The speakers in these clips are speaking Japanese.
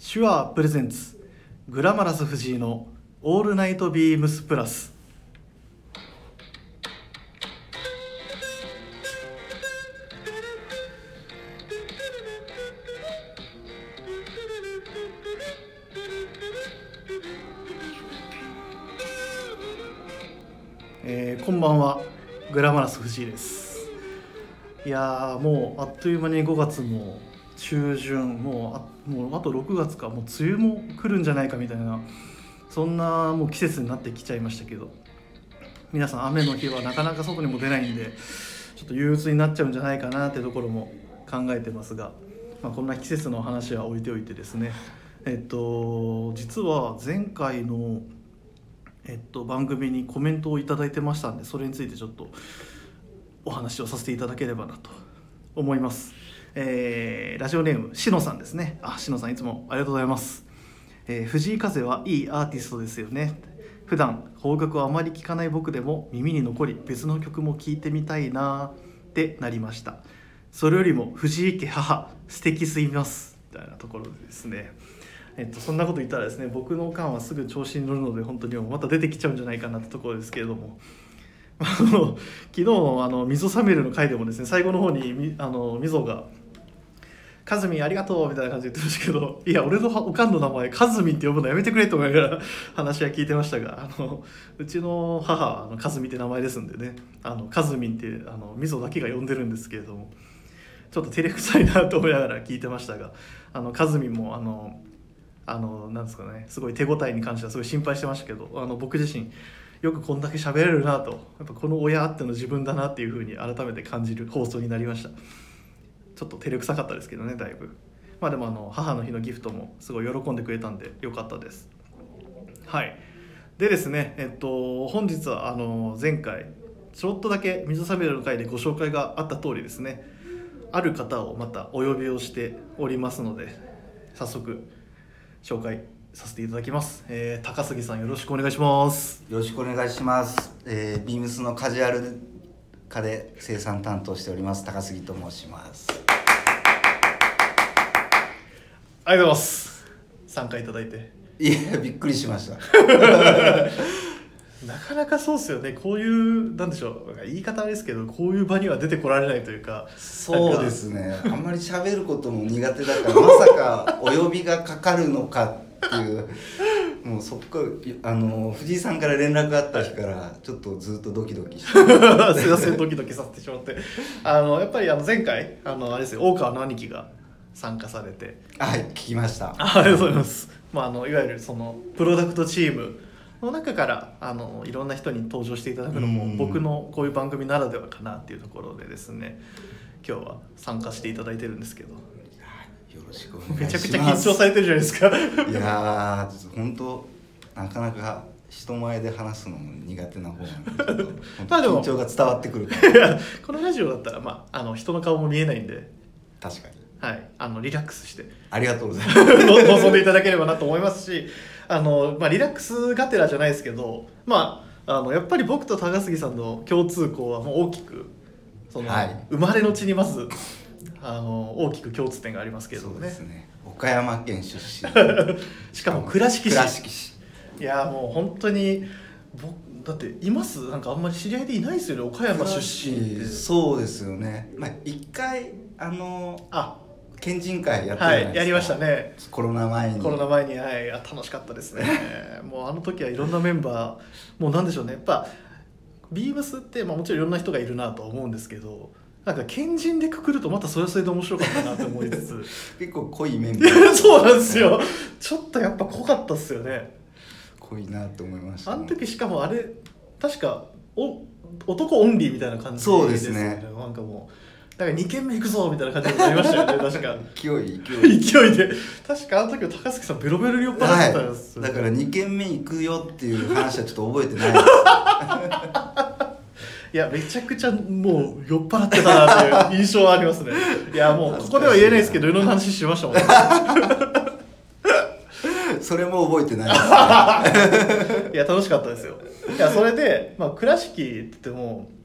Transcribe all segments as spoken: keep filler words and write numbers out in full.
手話プレゼンツグラマラス藤井のオールナイトビームスプラス。えー、こんばんは、グラマラス藤井です。いやー、もうあっという間にごがつも中旬、もう あ, もうあとろくがつか、もう梅雨も来るんじゃないかみたいな、そんなもう季節になってきちゃいましたけど、皆さん雨の日はなかなか外にも出ないんで、ちょっと憂鬱になっちゃうんじゃないかなってところも考えてますが、まあ、こんな季節の話は置いておいてですね、えっと実は前回のえっと、番組にコメントをいただいてましたんで、それについてちょっとお話をさせていただければなと思います。えー、ラジオネームしのさんですね。あ、しのさんいつもありがとうございます。えー、藤井風はいいアーティストですよね。普段邦楽をあまり聴かない僕でも耳に残り、別の曲も聴いてみたいなってなりました。それよりも藤井家母素敵すぎますみたいなところでですね、えっと、そんなこと言ったらですね、僕のおかんはすぐ調子に乗るので、本当にまた出てきちゃうんじゃないかなってところですけれども、あの昨日のあの溝サミュエルの回でもですね、最後の方にあの溝が「カズミンありがとう」みたいな感じで言ってましたけど、いや俺のおかんの名前カズミンって呼ぶのやめてくれと思いながら話は聞いてましたが、あのうちの母はあのカズミって名前ですんでね、あのカズミンってあの溝だけが呼んでるんですけれども、ちょっと照れくさいなと思いながら聞いてましたが、あのカズミンもあのあのなんですかね、すごい手応えに関してはすごい心配してましたけど、あの僕自身よくこんだけ喋れるなと、やっぱこの親あっての自分だなっていう風に改めて感じる放送になりました。ちょっと照れくさかったですけどね、だいぶ。まあでもあの母の日のギフトもすごい喜んでくれたんでよかったです。はい。でですね、えっと本日はあの前回ちょっとだけ水サビルの回でご紹介があった通りですね、ある方をまたお呼びをしておりますので、早速紹介させていただきます。えー、高杉さんよろしくお願いします。 よろしくお願いします。えー、ビームスのカジュアル化で生産担当しております高杉と申します。 ありがとうございます。参加いただいて。 いやびっくりしました。 なかなかそうですよね。こういうなんでしょう、言い方あれですけど、こういう場には出てこられないというか。 そうですね。あんまり喋ることも苦手だから、まさかお呼びがかかるのかっていう。もうそっからあの藤井さんから連絡があった日からちょっとずっとドキドキしてすいません、ドキドキさせてしまって、あのやっぱりあの前回あのあれですよ、大川の兄貴が参加されて。 はい聞きました。 ありがとうございます。まあ、あのいわゆるそのプロダクトチームの中からあのいろんな人に登場していただくのも僕のこういう番組ならではかなっていうところでですね、今日は参加していただいてるんですけど、 よろしくお願いします。 めちゃくちゃ緊張されてるじゃないですか。 いやー本当なかなか人前で話すのも苦手な方なんで、緊張が伝わってくるからいやこのラジオだったら、まあ、あの人の顔も見えないんで、 確かに、 はい、あのリラックスしてありがとうございます望んでいただければなと思いますし、あの、まあ、リラックスがてらじゃないですけど、まあ、あのやっぱり僕と高杉さんの共通項はもう大きくその、はい、生まれの地にまずあの大きく共通点がありますけれどもね。 そうですね、岡山県出身しかも倉敷市。 倉敷市、 いやもう本当に僕だっていますなんかあんまり知り合いでいないですよね、岡山出身って。 そうですよね。まあ一回あのあ県人会やったじゃないですか。 はい、やりましたね、 コロナ前に。 コロナ前に、はい、楽しかったですね。もうあの時はいろんなメンバー、もうなんでしょうね、やっぱビームスって、まあ、もちろんいろんな人がいるなと思うんですけど、なんか県人でくくるとまたそれはそれで面白かったなと思いつつ結構濃いメンバーそうなんですよ、ちょっとやっぱ濃かったっすよね。 濃いなと思いました、 ね、あの時しかもあれ確かお男オンリーみたいな感じですよね。 そうですね、 なんかもうだからにけんめ行くぞみたいな感じになりましたよね確か勢い勢い勢いで、確かあの時は高杉さんベロベロに酔っ払ってたんですよ、 はい、だからにけんめ行くよっていう話はちょっと覚えてないですいやめちゃくちゃもう酔っ払ってたなっていう印象はありますね。いやもうここでは言えないですけどいろんな話しましたもんねそれも覚えてないです、ね、 いや楽しかったですよ。いやそれで、まあ、倉敷って言っても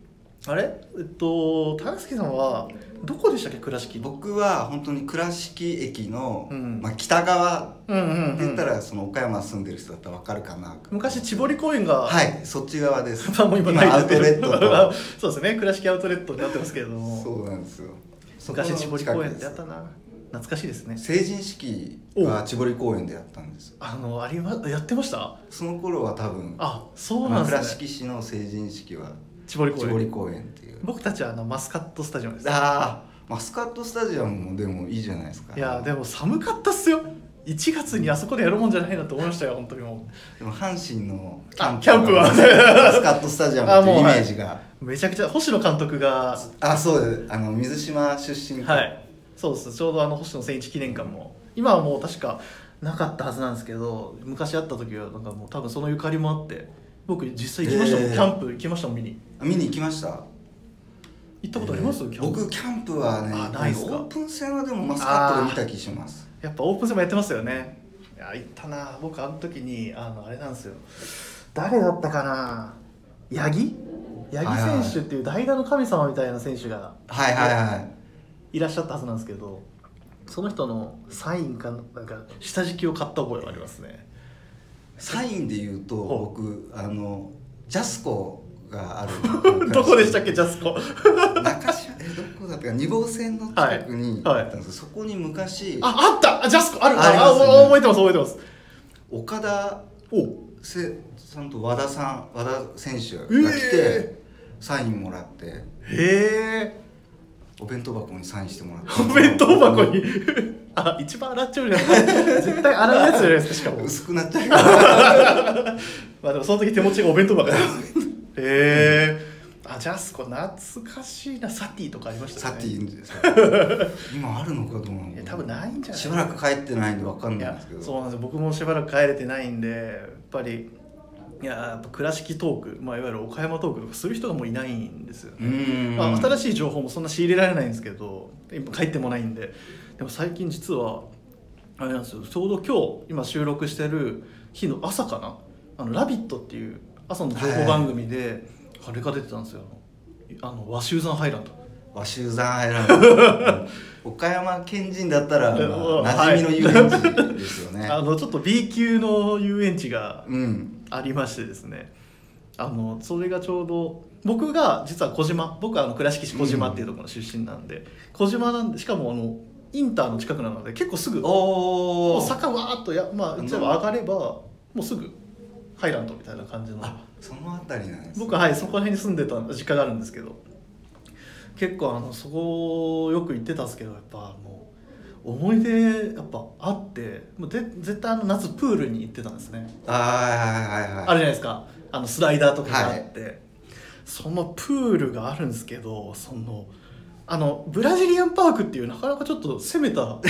あれえっと高槻さんはどこでしたっけ、倉敷。 僕は本当に倉敷駅の、 うん、 まあ、北側うんうんうん、 って言ったらその岡山住んでる人だったら分かるかな。 昔千堀公園が、 はいそっち側です。 まあもう今ない今アウトレットとそうですね、倉敷アウトレットになってますけれども、 そうなんですよ。 昔千堀公園ってあったな、懐かしいですね。 成人式は千堀公園でやったんです。 あのありまやってました。 その頃は多分あ、そうなんですね。 倉敷市の成人式は千堀公園。 千堀公園っていう。 僕たちはあのマスカットスタジアムです。 ああマスカットスタジアムもでもいいじゃないですか。 いやでも寒かったっすよ。いちがつにあそこでやるもんじゃないなと思いましたよ本当に。もうでも阪神のキャンプキャンプはマスカットスタジアムっていうイメージが、はい、 めちゃくちゃ星野監督があそうですあの水島出身。 はいそうです。ちょうどあの星野千一記念館も今はもう確かなかったはずなんですけど、昔あった時はなんかもう多分そのゆかりもあって僕実際行きましたもん、えー、キャンプ行きましたもん見に見に行きました。 行ったことあります？えー、キャンプ。 僕キャンプはね、 あないっすか。 オープン戦はでもマスカットで見た気します。 やっぱオープン戦もやってますよね。いや行ったな。僕あの時にあのあれなんですよ、誰だったかな、八木八木選手っていう代打の神様みたいな選手がはいはいはいいらっしゃったはずなんですけど、その人のサインかなんか下敷きを買った覚えがありますね。 サインで言うと僕あのジャスコがあるどこでしたっけジャスコ中島えどこだったかに号線の近くにあったんですよ、はいはい、そこに昔ああったジャスコあるあ, あります、ね、 あ覚えてます覚えてます。 岡田せさんと和田さん和田選手が来て、えー、サインもらって、へえお弁当箱にサインしてもらってお弁当箱にあ一番洗っちゃうじゃない絶対洗うやつじゃないですか。しかも薄くなっちゃうからまあでもその時手持ちがお弁当箱ですへえー、あジャスコ懐かしいな。サティとかありましたね。 サティ今あるのかどうなのか。 いや多分ないんじゃないしばらく帰ってないんで分かんないんですけど。 そうなんですよ、僕もしばらく帰れてないんで、やっぱりいややっぱ倉敷トーク、まあ、いわゆる岡山トークとかする人がもういないんですよね。うんまあ、新しい情報もそんな仕入れられないんですけど今帰ってもないんで。でも最近実はあれなんですよ、ちょうど今日今収録してる日の朝かな、あのラビットっていう朝の情報番組であれが出てたんですよ、あの和集山ハイランド。 和集山ハイランド岡山県人だったら、まあ、馴染みの遊園地ですよね。 あのちょっと ビー 級の遊園地がありましてですね、うん、あのそれがちょうど僕が実は小島、僕はあの倉敷市小島っていうところの出身なんで、うん、小島なんでしかもあのインターの近くなので結構すぐお坂わーっとや、まあ、一応上がればもうすぐハイランドみたいな感じの。 あその辺りなんですね。 僕ははいそこら辺に住んでた実家があるんですけど、結構あのそこよく行ってたんですけど、やっぱもう思い出やっぱあって、もうで絶対あの夏プールに行ってたんですね。 あはいはいはい、はい、 あるじゃないですか、あのスライダーとかがあって、はい、そのプールがあるんですけど、そのあのブラジリアンパークっていうなかなかちょっと攻めたなん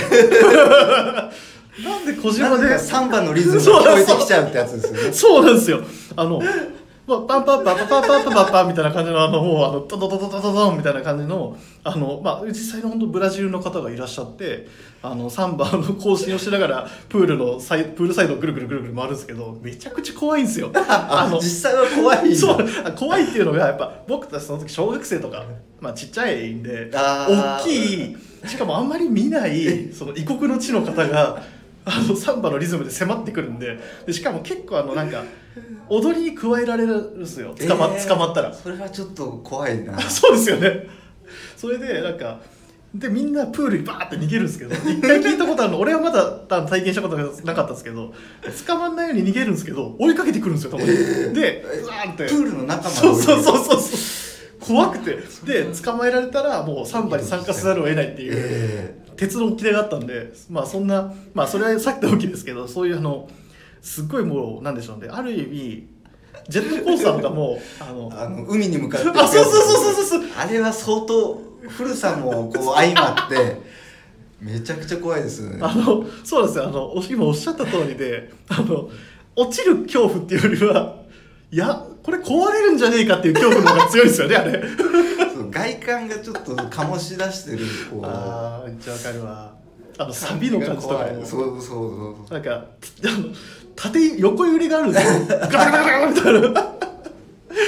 で小島でサンバのリズムが聞こえてきちゃうってやつですよね。 そうなんですよ。あのまあ、パンパンパンパンパンパンパンパンパンみたいな感じのあのもうあのトトトトトトトンみたいな感じのあのまあ実際の本当ブラジルの方がいらっしゃって、あのサンバの行進をしながらプールのサイプールサイドをぐるぐるぐるぐる回るんですけど、めちゃくちゃ怖いんですよ。 あの実際は怖い。 そう怖いっていうのがやっぱ僕たちその時小学生とかまあちっちゃいんで大きい、しかもあんまり見ないその異国の地の方があのサンバのリズムで迫ってくるんで、でしかも結構あのなんか踊りに加えられるんですよ、捕ま、えー、捕まったら。 それはちょっと怖いな。 そうですよね。それでなんかでみんなプールにバーって逃げるんですけど、一回聞いたことあるの俺はまだ体験したことがなかったんですけど、捕まんないように逃げるんですけど追いかけてくるんですよたまに、えー、でうわーってプールの中までそうそうそうそう怖くて、で捕まえられたらもうサンバに参加せざるを得ないっていう、えー、鉄の掟があったんで、まあそんなまあそれはさっきの時ですけど、そういうあのすっごいもうなんでしょうね、ある意味ジェットコースターとかもあのあの海に向かってあそうそうそうそうそうあれは相当古さもこう相まってめちゃくちゃ怖いですね。 あのそうなんですよ、あの今おっしゃった通りで、あの落ちる恐怖っていうよりはいやこれ壊れるんじゃねえかっていう恐怖の方が強いですよねあれそう外観がちょっと醸し出してるこうあーめっちゃわかるわ、あのサビの感じとかもそうそうそうなんかあの縦横揺れがあるんですよガラガラガラみたいなあ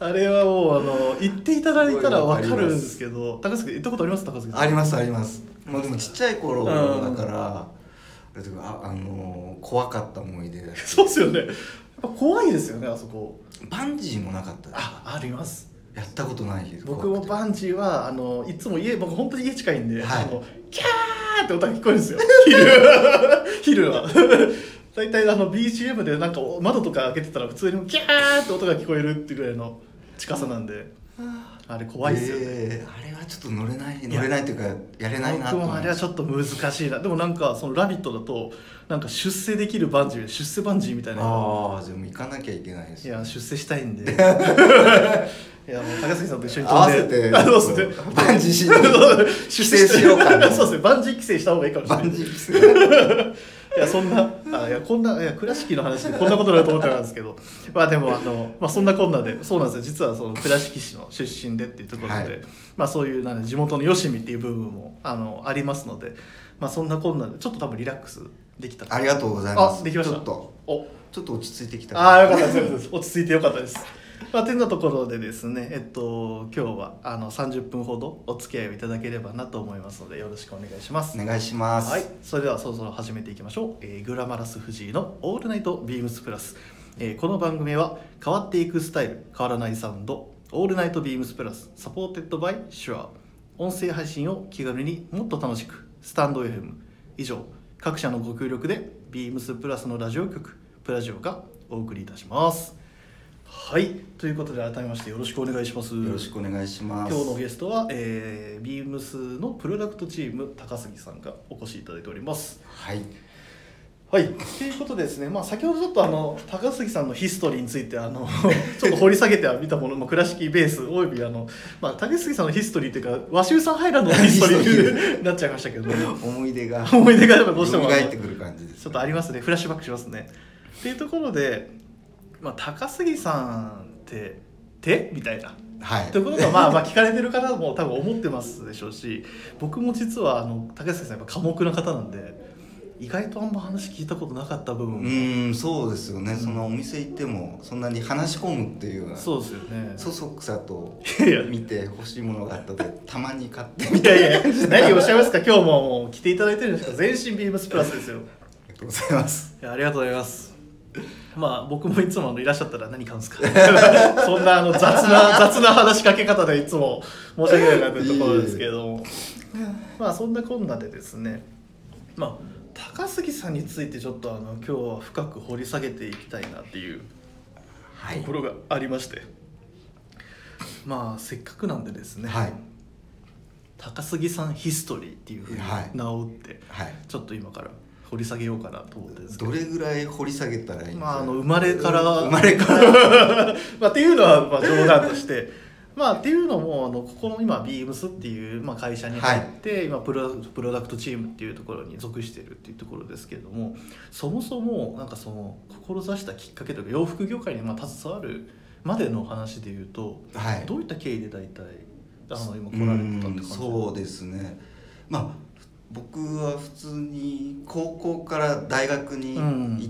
あれはもうあの言っていただいたら分かるんですけど、高杉行ったことあります？高杉さん。 ありますあります。まあでもちっちゃい頃だから、うん、あ, あの怖かった思い出だし。 そうですよね。やっぱ怖いですよねあそこ。 バンジーもなかったですか？ あ、あります。 やったことないけど。 僕もバンジーはあのいつも家、僕本当に家近いんで、 はい、 あのキャーって音が聞こえるんですよ。昼昼は。大体あの ビージーエム でなんか窓とか開けてたら普通にキャーって音が聞こえるっていうぐらいの近さなんで、あれ怖いですよね、 えー、あれはちょっと乗れない乗れないというかやれないなと思います。 僕もあれはちょっと難しいな。でもなんかそのラビットだとなんか出世できるバンジー、出世バンジーみたいな。 ああ、じゃあもう行かなきゃいけないです、 ね、いや出世したいんで。いやもう高杉さんと一緒に合わせてバンジーし規制しようかな。 そうですね、バンジー規制した方がいいかもしれない。 バンジー規制。 いやそんなあいやこんないや倉敷の話でこんなことだと思ってたんですけど、まあでもあの、まあ、そんなこんなでそうなんですよ。実はその倉敷市の出身でっていうところで、はい、まあそういうなんで地元のよしみっていう部分もあのありますので、まあそんなこんなでちょっと多分リラックスできた。 ありがとうございます。 あ、できました。 ちょっとおちょっと落ち着いてきた。 ああよかったです。落ち着いてよかったです。まあ、てなところでですね、えっと、今日はあのさんじゅっぷんほどお付き合いをいただければなと思いますのでよろしくお願いします。 お願いします。 はい、それではそろそろ始めていきましょう。えー、グラマラス藤井のオールナイトビームスプラス、えー、この番組は変わっていくスタイル変わらないサウンドオールナイトビームスプラスサポーテッドバイシュア、音声配信を気軽にもっと楽しくスタンド エフエム 以上各社のご協力でビームスプラスのラジオ局プラジオがお送りいたします。はい、ということで改めましてよろしくお願いします。 よろしくお願いします。 今日のゲストは、えー、ビームスのプロダクトチーム高杉さんがお越しいただいております。 はいはい、ということでですね、まあ、先ほどちょっとあの高杉さんのヒストリーについてあのちょっと掘り下げては見たものも倉敷ベースおよびあの、まあ、高杉さんのヒストリーというか和州さんハイランドのヒストリーになっちゃいましたけど思い出が思い出がどうしても蘇ってくる感じです、ね、 ちょっとありますね。フラッシュバックしますね。っていうところで、まあ、高杉さんって手みたいな、 はい、 ということがまあまあ聞かれてる方も多分思ってますでしょうし、僕も実はあの高杉さんやっぱ寡黙な方なんで意外とあんま話聞いたことなかった部分も。 うんそうですよね、うん、そのお店行ってもそんなに話し込むっていうそうですよね。 そそくさと見て欲しいものがあったのでたまに買ってみたいな。いやいや何をおっしゃいますか。今日も来ていただいてるんですから全身ビームスプラスですよ。 ありがとうございます。 いやありがとうございます。まあ僕もいつもあのいらっしゃったら何買うんですかそんなあの雑な雑な話しかけ方でいつも申し訳ないなというところですけれどもまあそんなこんなでですね、まあ高杉さんについてちょっとあの今日は深く掘り下げていきたいなっていうところがありまして、はい、まあせっかくなんでですね、はい、高杉さんヒストリーっていうふうに名を打って、はいはい、ちょっと今から掘り下げようかなと思ってですけど、 どれぐらい掘り下げたらいいんですか。 まあ、あの生まれから生まれからまあっていうのはまあ冗談としてまあっていうのもあのここの今ビームスっていうまあ会社に入って、はい、今プロプロダクトチームっていうところに属しているっていうところですけれども、そもそもなんかその志したきっかけというか洋服業界にまあ携わるまでの話でいうと、はい、どういった経緯で大体あの今来られてたって感じ。 そうですね、まあ僕は普通に高校から大学に行って、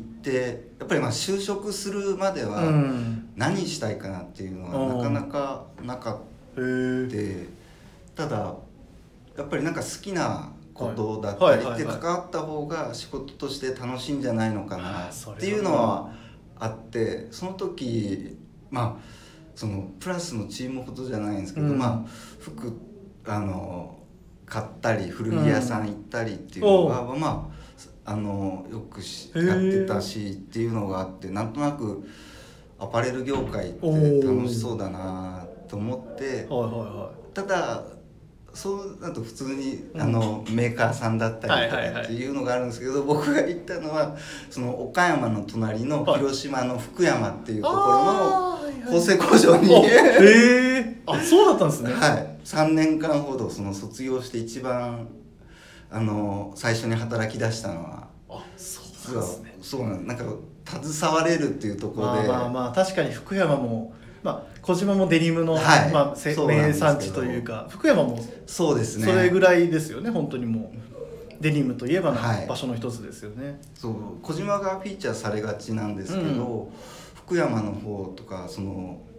うん、やっぱりまあ就職するまでは何したいかなっていうのがなかなかなかった、うん、ただやっぱりなんか好きなことだったりって関わった方が仕事として楽しいんじゃないのかなっていうのはあって、その時まあそのプラスのチームほどじゃないんですけど、うん、まあ服あの買ったり古着屋さん行ったりっていうのが、うん、まああのよくしやってたしっていうのがあって、なんとなくアパレル業界って楽しそうだなと思って、はいはいはい、ただそうだと普通に、うん、あのメーカーさんだったりとかっていうのがあるんですけど、はいはいはい、僕が行ったのはその岡山の隣の広島の福山っていうところの縫製工場に、はいはい、 へえあそうだったんですね。 はいさんねんかんほどその卒業して一番あの最初に働き出したのは、 あそうなんですね。 そうなんなんか携われるっていうところで、 まあまあまあ確かに福山もまあ小島もデニムの、はいまあ、名産地というか福山もそうですねそれぐらいですよね。本当にもうデニムといえばの場所の一つですよね、はい、 そう小島がフィーチャーされがちなんですけど、うん、福山の方とかその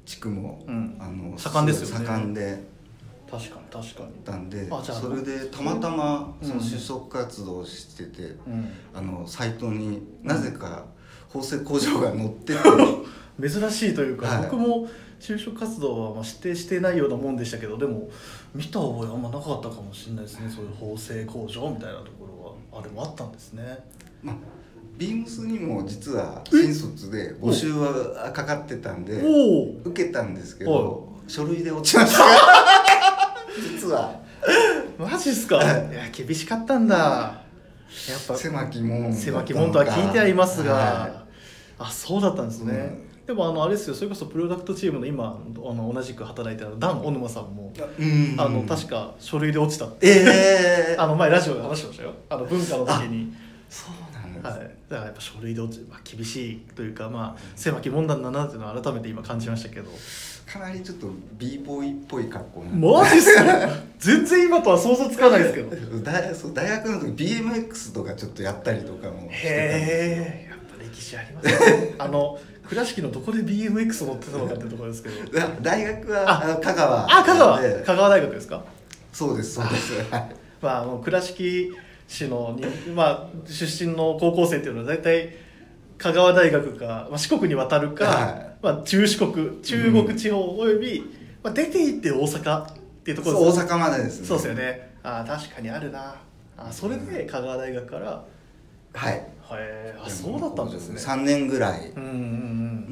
地区も、 うん、 あの盛んですよね。 盛んで確かに確かにたんで、 あじゃあそれでたまたまうんその就職活動をしてて、 うん、 あのサイトになぜか縫製工場が載ってて珍しいというか、 はい、 僕も就職活動はまあ指定してないようなもんでしたけど、でも見た覚えあんまなかったかもしれないですね。そういう縫製工場みたいなところはあれもあったんですね。 まあビームスにも実は新卒で募集はかかってたんで受けたんですけど、書類で落ちました実は。 マジっすか。いや厳しかったんだ。やっぱ狭き門狭き門とは聞いてはいますが、 はい、 あそうだったんですね、うん、でもあのあれですよ、それこそプロダクトチームの今あの同じく働いてるダン小沼さんも、うん、あの確か書類で落ちたって、えー、あの前ラジオで話してましたよ、あの文化の時に。 そうなんです、 はい、だからやっぱ書類で落ち、まあ、厳しいというか、まあ、狭き門なんだなっていうのを改めて今感じましたけど、 かなりちょっと b ボーイっぽい格好なんで。マジっすか全然今とは想像つかないですけど大, そう大学の時 ビーエムエックス とかちょっとやったりとかもしてたんですよ。 へえ、やっぱ歴史ありますねあの倉敷のどこで ビーエムエックス 乗ってたのかっていうところですけど大学はあの香川あ香川香川大学ですか。 そうですそうですまああの倉敷市のに、まあ、出身の高校生っていうのは大体香川大学か、まあ、四国に渡るか、はい、まあ、中四国中国地方および、うん、まあ、出て行って大阪っていうところです。そう大阪までですね。 そうですよね。あ確かにあるなあ。それで香川大学から、 はい、 へあそうだったんですね。 さんねんぐらい、 うんうんうん、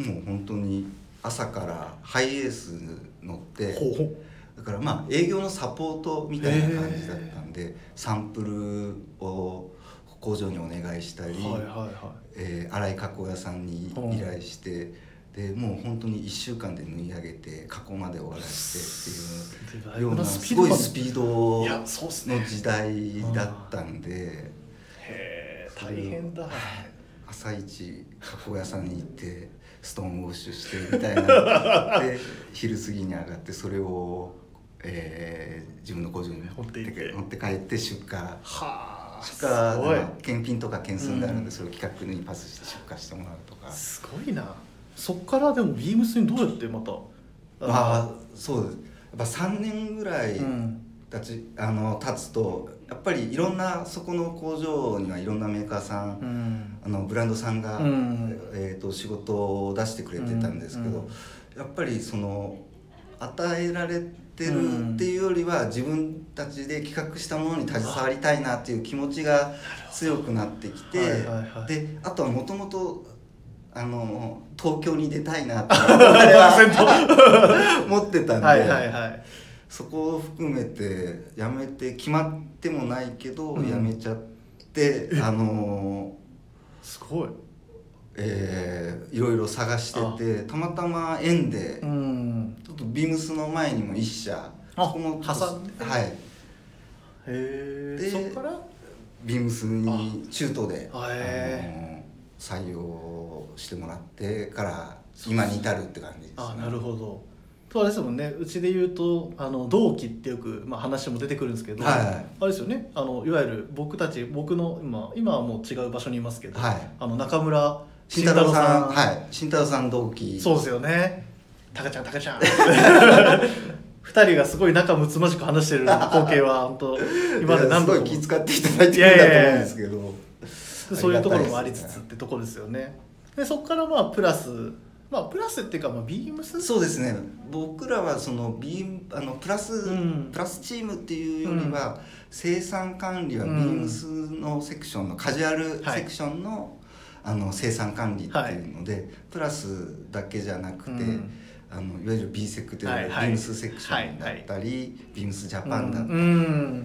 もう本当に朝からハイエース乗ってほうほう、 だからまあ営業のサポートみたいな感じだったんで、サンプルを工場にお願いしたり、はいはいはい、えー、洗い加工屋さんに依頼して、でもう本当にいっしゅうかんで縫い上げて加工まで終わらせてっていうようなすごいスピードの時代だったんで、 へえ大変だ。 朝一加工屋さんに行ってストーンウォッシュしてみたいなで昼過ぎに上がってそれを、えー、自分の工場に持って持って帰って出荷。はあ出荷検品とか検数があるんで、うん、それを企画にパスして出荷してもらうとか。 すごいな。そっからでもビームスにどうやってまた。 ああそうです。やっぱさんねんぐらいたち、うん、あの経つとやっぱりいろんなそこの工場にはいろんなメーカーさん、うん、あのブランドさんが、うん、えーと仕事を出してくれてたんですけど、うん、やっぱりその与えられてるっていうよりは自分たちで企画したものに携わりたいなっていう気持ちが強くなってきて、はいはいはい、であとはもともとあの東京に出たいなって思ってたんで、はいはいはい、そこを含めて辞めて決まってもないけど、うん、辞めちゃってあのすごい、 えー、いろいろ探しててたまたま縁で、うん、ちょっとビームスの前にも一社そこも挟んで、 はい、へえ。でそこからビームスに中途であの採用してもらってから今に至るって感じです、ね、 あなるほど。とあれですもんね、うちで言うとあの同期ってよく、まあ、話も出てくるんですけど、はいはい、あれですよね、あのいわゆる僕たち僕の今今はもう違う場所にいますけど、はい、あの中村慎太郎さん、はい、慎太郎さん同期。 そうですよね。タカちゃんタカちゃん二人がすごい仲睦まじく話してる光景は本当今まで何度もすごい気遣っていただいてるんだと思うんですけど、いやいやいやそういうところもありつつってところですよね。でそこからまあプラスまあプラスっていうか、まあ、ビームスそうですね。僕らはそのビームあのプラス、うん、プラスチームっていうよりは、うん、生産管理はビームスのセクションの、うん、カジュアルセクションの、はい、あの生産管理っていうので、はい、プラスだけじゃなくて、うん、あのいわゆる B セクという、はいはい、ビームスセクションだったり、はいはい、ビームスジャパンだったり、うん、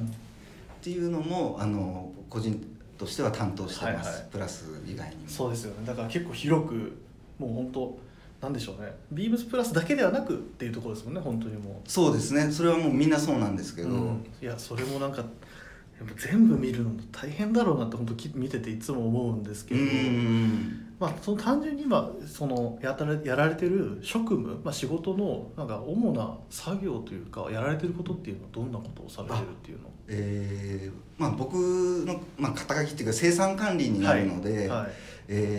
っていうのもあの個人としては担当してます、はいはい、プラス以外にも。 そうですよね。だから結構広くもう本当なんでしょうね、ビームスプラスだけではなくっていうところですもんね。本当にもうそうですね。それはもうみんなそうなんですけど、うん、 いやそれもなんかやっぱ全部見るの大変だろうなって本当見てていつも思うんですけど、うん、まあその単純に今そのやたらやられてる職務、まあ、仕事のなんか主な作業というかやられてることっていうのはどんなことをされてるっていうの？ えーまあ、僕の、まあ、肩書きっていうか生産管理になるので、はいはい、えー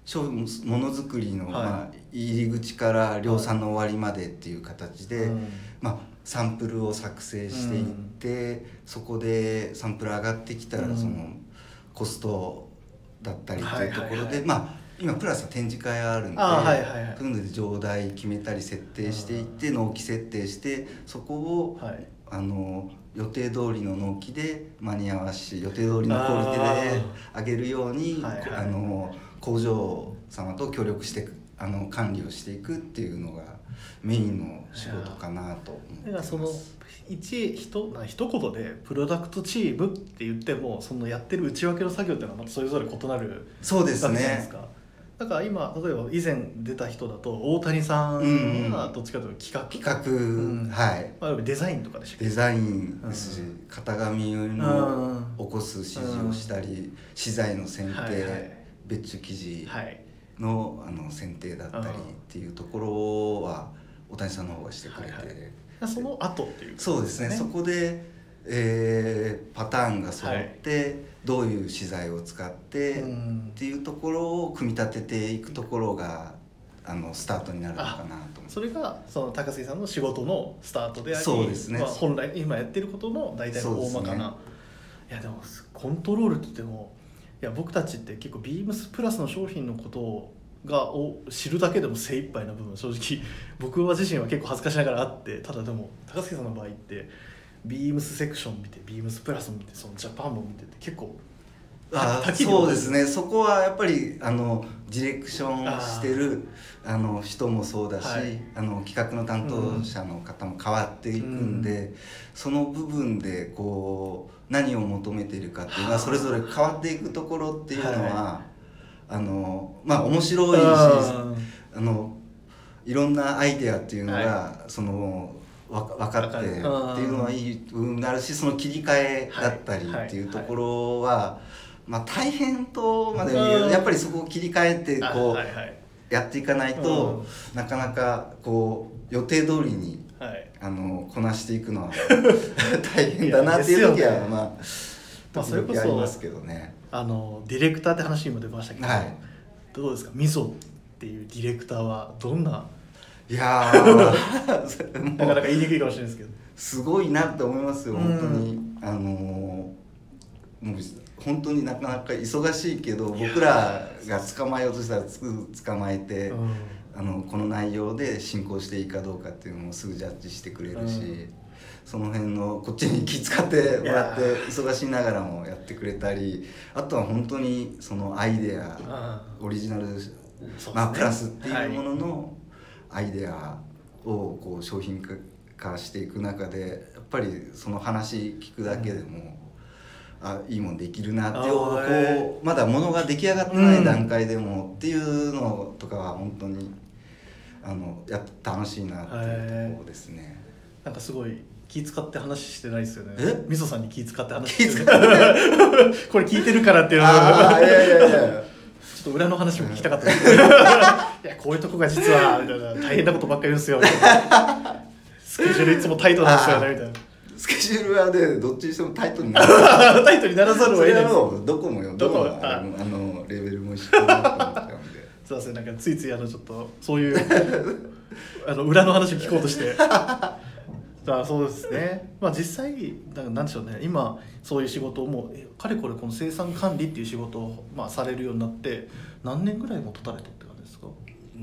商ものづくりの、 はいまあ、入り口から量産の終わりまでっていう形で、 うんまあ、サンプルを作成していって、うん、そこでサンプル上がってきたら、うん、そのコストだったりっていうところで、はいはいはい、まあ今プラスは展示会あるんで、 はいはいはい、 そういうので上代決めたり設定していって、納期設定してそこを、はい、あの予定通りの納期で間に合わし予定通りのクオリティで上げるように、はいはい、あの工場様と協力してあの管理をしていくっていうのがメインの仕事かなと思ってます。 その一ひと一言でプロダクトチームって言ってもそのやってる内訳の作業っていうのはまたそれぞれ異なるそうですね。 じゃないですか。だから今例えば以前出た人だと大谷さんがどっちかというと企画、 企画、うん、はい、 まあ、デザインとかでしたっけ。 デザインですし、うん、型紙の起こす指示をしたり、うん、資材の選定、はいはい、別注生地の、はい、あの選定だったりっていうところは大谷さんの方がしてくれて、はいはい、その後っていう、ね、 そうですね。そこで、えー、パターンが揃って、はい、どういう資材を使ってっていうところを組み立てていくところがあのスタートになるのかなと思って。 それがその高杉さんの仕事のスタートであり、 そうですね、 まあ、本来今やってることの大体の大まかな、ね、いやでもコントロールって言ってもいや僕たちって結構ビームスプラスの商品のことをがを知るだけでも精一杯な部分正直僕は自身は結構恥ずかしながらあって、ただでも高杉さんの場合ってビームスセクション見てビームスプラス見てそのジャパンも見てて結構あそうですね。そこはやっぱりあのディレクションしてるあの人もそうだし、はい、あの企画の担当者の方も変わっていくんで、うん、その部分でこう何を求めているかっていうのはそれぞれ変わっていくところっていうのは、はい、あのまあ面白いし、あのいろんなアイデアっていうのが、はい、そのわ分かってっていうのはいい部分があるし、その切り替えだったりっていうところは、はいはいはい、まあ、大変とまで言うやっぱりそこを切り替えてこう、はいはい、やっていかないと、うん、なかなかこう予定通りに、はい、あのこなしていくのは大変だなっていう時は、ね、まあ、まあ、それこそありますけどね。 あのディレクターって話にも出ましたけど、はい、どうですか、みそっていうディレクターはどんな。 いやーなかなか言いにくいかもしれないですけどすごいなって思いますよ、本当に。あのもう本当になかなか忙しいけど僕らが捕まえようとしたらすぐ捕まえて、うん、あのこの内容で進行していいかどうかっていうのもすぐジャッジしてくれるし、うん、その辺のこっちに気遣ってもらって忙しいながらもやってくれたり、あとは本当にそのアイデア、オリジナル、まあ、プラスっていうもののアイデアをこう商品化していく中でやっぱりその話聞くだけでも、うん、あいいもんできるなっていう、こうまだ物が出来上がってない段階でもっていうのとかは本当にあのや楽しいなっていうところですね。 なんかすごい気使って話してないですよね。 えみそさんに気使って話してるこれ聞いてるからっていうのは、いやいやいやちょっと裏の話も聞きたかったですけどいやこういうとこが実はみたいな大変なことばっかり言うんですよみたいなスケジュールいつもタイトなんですよねみたいな。 スケジュールはねどっちにしてもタイトになるタイトにならざるを得ないです。 どこもよどこもあのレベルも一緒だと思っちゃうんで。 すいません、なんかついついあのちょっとそういうあの裏の話を聞こうとしてあそうですね。まあ実際なんでしょうね、今そういう仕事をもうかれこれこの生産管理っていう仕事をまあされるようになって何年ぐらいも経たれたって感じですか？ うん、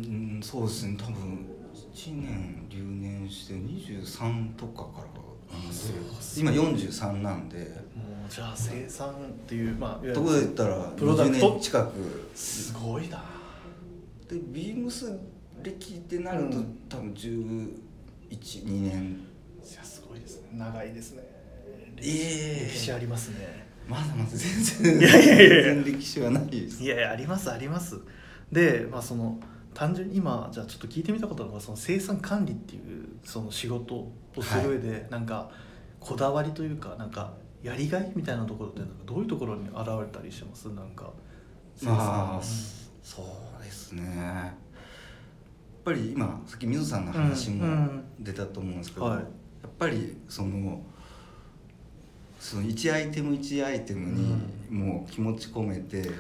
そうですね、多分いちねん留年してにじゅうさんとかからなんで、今よんじゅうさんなんで、もうじゃあ生産っていうまあところで言ったらにじゅうねん近くすごいな。 でビームス歴ってなると、うん、多分じゅういち、にねん。 いやすごいですね、長いですね。 歴史、 えー、歴史ありますね。 まだまだ全然いやいやいや全然歴史はないです。 いやいやありますあります。でまあその単純に今じゃあちょっと聞いてみたことがその生産管理っていうその仕事をする上で、はい、なんかこだわりというかなんかやりがいみたいなところってなんかどういうところに現れたりしてます？なんか生産、まあうん、そうですね。やっぱり今さっき水さんの話も出たと思うんですけど、うんうんはい、やっぱりそのそのいちアイテムいちアイテムにもう気持ち込めて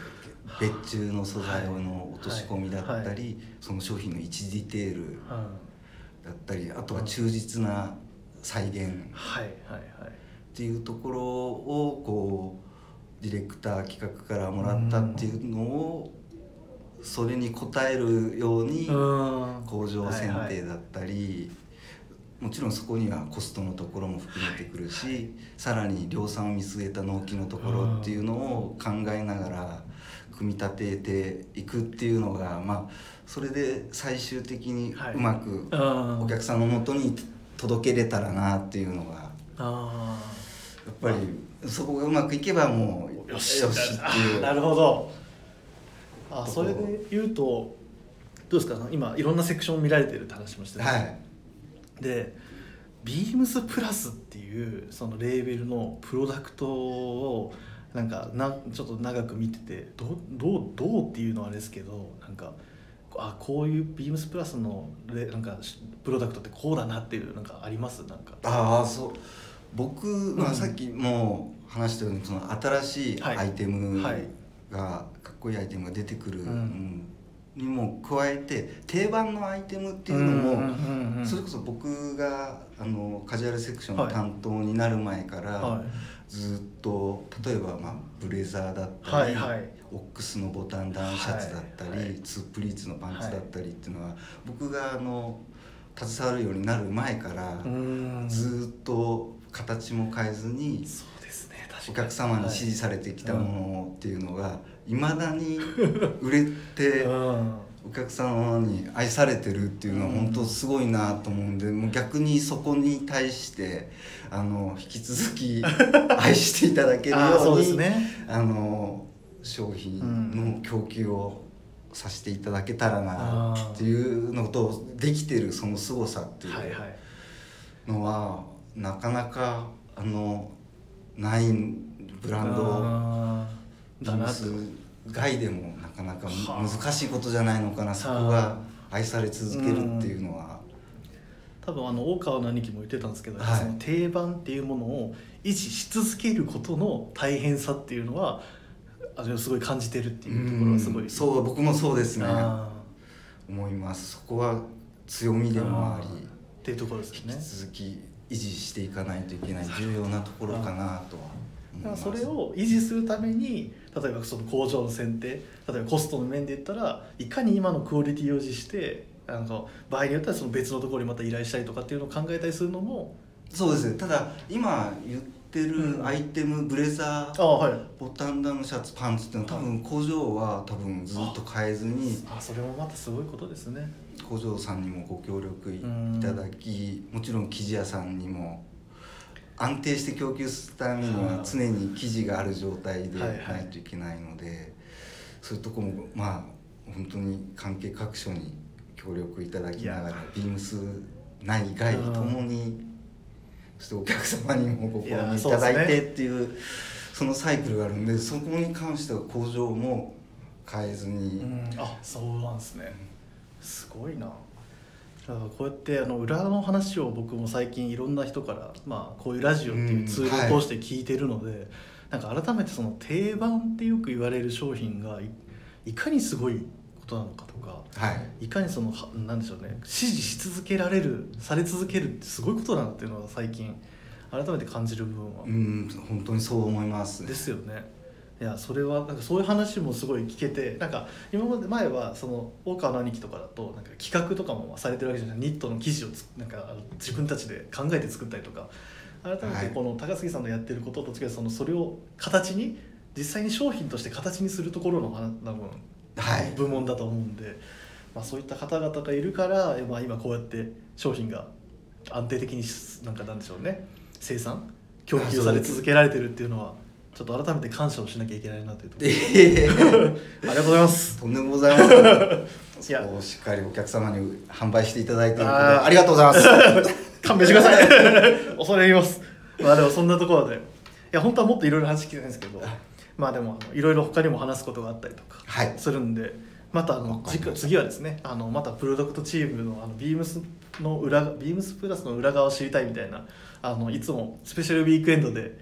別注の素材の落とし込みだったり、はいはい、その商品の一ディテールだったり、あとは忠実な再現っていうところをこうディレクター企画からもらったっていうのをそれに応えるように工場選定だったり、もちろんそこにはコストのところも含めてくるし、さらに量産を見据えた納期のところっていうのを考えながら組み立てていくっていうのが、まあそれで最終的にうまくお客さんの元に届けれたらなっていうのが、やっぱりそこがうまくいけばもうよしよしっていう。 なるほど。あ、それで言うとどうですか、今いろんなセクション見られてるって話もしてます、はい、でビームスプラスっていうそのレーベルのプロダクトをなんかなちょっと長く見てて、どうどうどうっていうのはあれですけど、なんかあこういうビームスプラスのレなんかプロダクトってこうだなっていうなんかあります？なんかああそう僕、まあ、さっきも話したようにその新しいアイテムが、はいはいかっこいいアイテムが出てくるにも加えて、定番のアイテムっていうのもそれこそ僕があのカジュアルセクションの担当になる前からずっと、例えばまあブレザーだったり、オックスのボタンダウンシャツだったり、ツープリーツのパンツだったりっていうのは僕があの携わるようになる前からずっと形も変えずにお客様に支持されてきたものっていうのがいまだに売れてお客様に愛されてるっていうのは本当すごいなと思うんで、もう逆にそこに対してあの引き続き愛していただけるようにそうですね、あの商品の供給をさせていただけたらなっていうのと、できてるその凄さっていうのはなかなかあのないブランドビームス外でもなかなか難しいことじゃないのかな、そこが愛され続けるっていうのは。 多分あの大川の兄貴も言ってたんですけど、はい、その定番っていうものを維持し続けることの大変さっていうのはあれをすごい感じてるっていうところはすごい、うん、 そう僕もそうですね思います。そこは強みでもありっていうところですね。 引き続き維持していかないといけない重要なところかなとは思います。 それを維持するために例えばその工場の選定、例えばコストの面で言ったらいかに今のクオリティを維持してなんか場合によってはその別のところにまた依頼したりとかっていうのを考えたりするのもそうですね。ただ今言ってるアイテム、うん、ブレザー、はい、ボタンダウンシャツパンツっていうのは多分工場は多分ずっと変えずに、 ああそれもまたすごいことですね。 工場さんにもご協力いただき、もちろん生地屋さんにも安定して供給するためには常に生地がある状態でないといけないので、はいはい、そういうとこもまあ本当に関係各所に協力いただきながらビームス内外ともに、そしてお客様にもご購入いただいてっていう、そのサイクルがあるんで、そこに関しては工場も変えずに、 うん、あそうなんですね。すごいな。だからこうやってあの裏の話を僕も最近いろんな人から、まあ、こういうラジオっていうツールを通して聞いてるので、うんはい、なんか改めてその定番ってよく言われる商品が い, いかにすごいことなのかとか、はい、いかにそのなんでしょうね、支持し続けられるされ続けるってすごいことだなっていうのは最近改めて感じる部分はうん本当にそう思いますですよね。いやそれはなんかそういう話もすごい聞けて、なんか今まで前はその大川の兄貴とかだとなんか企画とかもされてるわけじゃない、ニットの生地をつなんか自分たちで考えて作ったりとか、改めてこの高杉さんのやってることと違う、そのそれを形に実際に商品として形にするところの多分部門だと思うんで、まあ、そういった方々がいるから、まあ、今こうやって商品が安定的になんかなんでしょうね、生産供給され続けられてるっていうのはちょっと改めて感謝をしなきゃいけないなというところ、えー、ありがとうございます。 とんでもございません。いやそうしっかりお客様に販売していただいていることでありがとうございます。 勘弁してください。恐れ入ります。まあでもそんなところで、いや本当はもっといろいろ話聞きたいんですけど、まあでもいろいろ他にも話すことがあったりとかするんで、はい、またあの次はですね、あのまたプロダクトチームのあのビームスの裏ビームスプラスの裏側を知りたいみたいな、あのいつもスペシャルウィークエンドで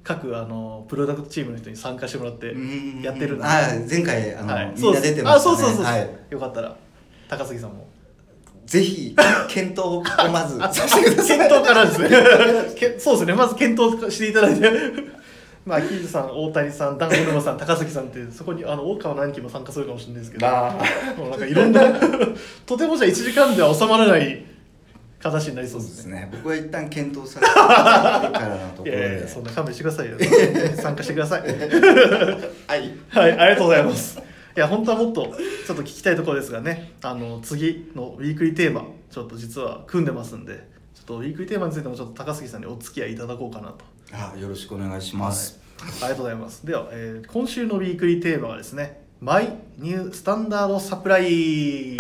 各あのプロダクトチームの人に参加してもらってやってるんで、 あ前回あの、はい、みんな出てましたね。 あ、そうそうそうそう、 はい、 よかったら高杉さんもぜひ検討をまずさせてください。 検討からですねそうですね、まず検討していただいてまあキーズさん、大谷さん、ダン・オルマさん、高杉さんって、そこにあの大川何期も参加するかもしれないですけど、もうなんかいろんなとてもじゃいちじかんでは収まらない形になりそうですね。 そうですね、僕は一旦検討させていただいてからのところで。いやいや、 そんな勘弁してくださいよ参加してくださいはい、 はい、 ありがとうございます。いや本当はもっとちょっと聞きたいところですがね、あの次のウィークリーテーマちょっと実は組んでますんで、ちょっとウィークリーテーマについてもちょっと高杉さんにお付き合いいただこうかなと。 あ、よろしくお願いします、 はい、ありがとうございます。では、えー、今週のウィークリーテーマはですね、マイニュースタンダードサプライ。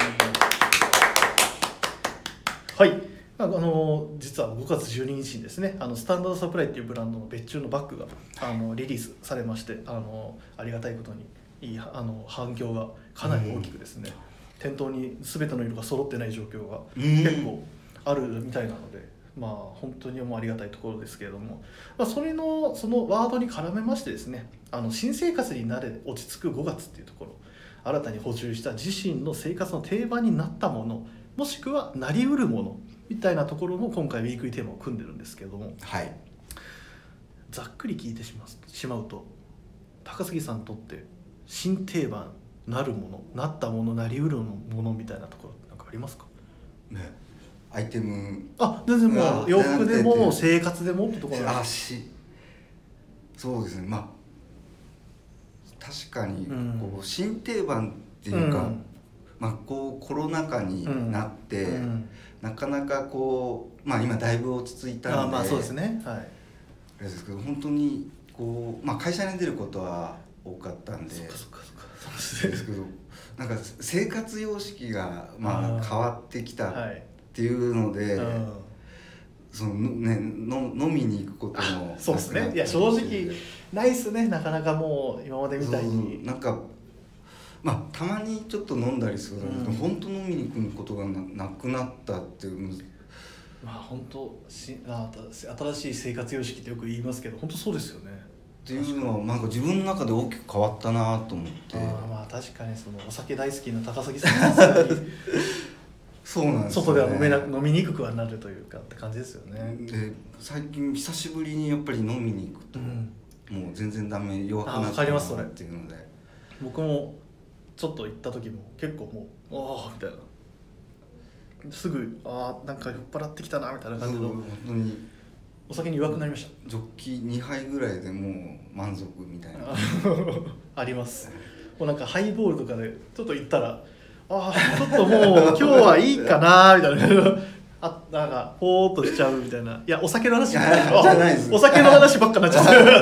はい、あの実はごがつじゅうににちにですね、あのスタンダードサプライっていうブランドの別注のバッグがあのリリースされまして、あのありがたいことにいいあの反響がかなり大きくですね、うん、店頭に全ての色が揃ってない状況が結構あるみたいなので、まあ本当にもうありがたいところですけれども、まあ、それのそのワードに絡めましてですね、あの新生活に慣れ落ち着くごがつっていうところ、新たに補充した自身の生活の定番になったもの、もしくはなりうるものみたいなところの今回ウィークリーテーマを組んでるんですけれども、 はい、 ざっくり聞いてしまうしまうと、高杉さんにとって新定番なるもの、なったもの、なりうるものみたいなところなんかありますかね。 アイテム、 あ、全然もう洋服でも生活でもってところなんです。 あしそうですね、まあ確かにこう新定番っていうか、うん、まあ、こうコロナ禍になって、うんうん、なかなかこう、まあ、今だいぶ落ち着いたんで、 あ、まあそうですね、はい、あれですけど、本当にこう、まあ、会社に出ることは多かったんで、 そっかそっかそっか、 そうですけど、なんか生活様式がまあ変わってきたっていうので、はい、そのね、の飲みに行くことも、 そうですね、いや正直ないっすね、なかなかもう今までみたいに。 なんかまあたまにちょっと飲んだりするんですけど、うん、本当飲みに行くことが な, なくなったっていう。 まあ本当しあ新しい生活様式ってよく言いますけど、本当そうですよね。 っていうのはなんか自分の中で大きく変わったなと思って。 あ、まあ確かにそのお酒大好きな高杉さんがそうなんですよね、 外では飲めな飲みにくくはなるというかって感じですよね。 で最近久しぶりにやっぱり飲みに行くと、うん、もう全然ダメ、弱くなったなっていうので。 僕もちょっと行った時も結構もうああみたいな、すぐああなんか酔っ払ってきたなみたいな感じの、 本当にお酒に弱くなりました。 ジョッキにはいぐらいでもう満足みたいなあります。もうなんかハイボールとかでちょっと行ったら、ああちょっともう今日はいいかなみたいなあ、なんかポーっとしちゃうみたいな。いやお酒の話じゃないです。 お酒の話ばっかになっちゃったどうだ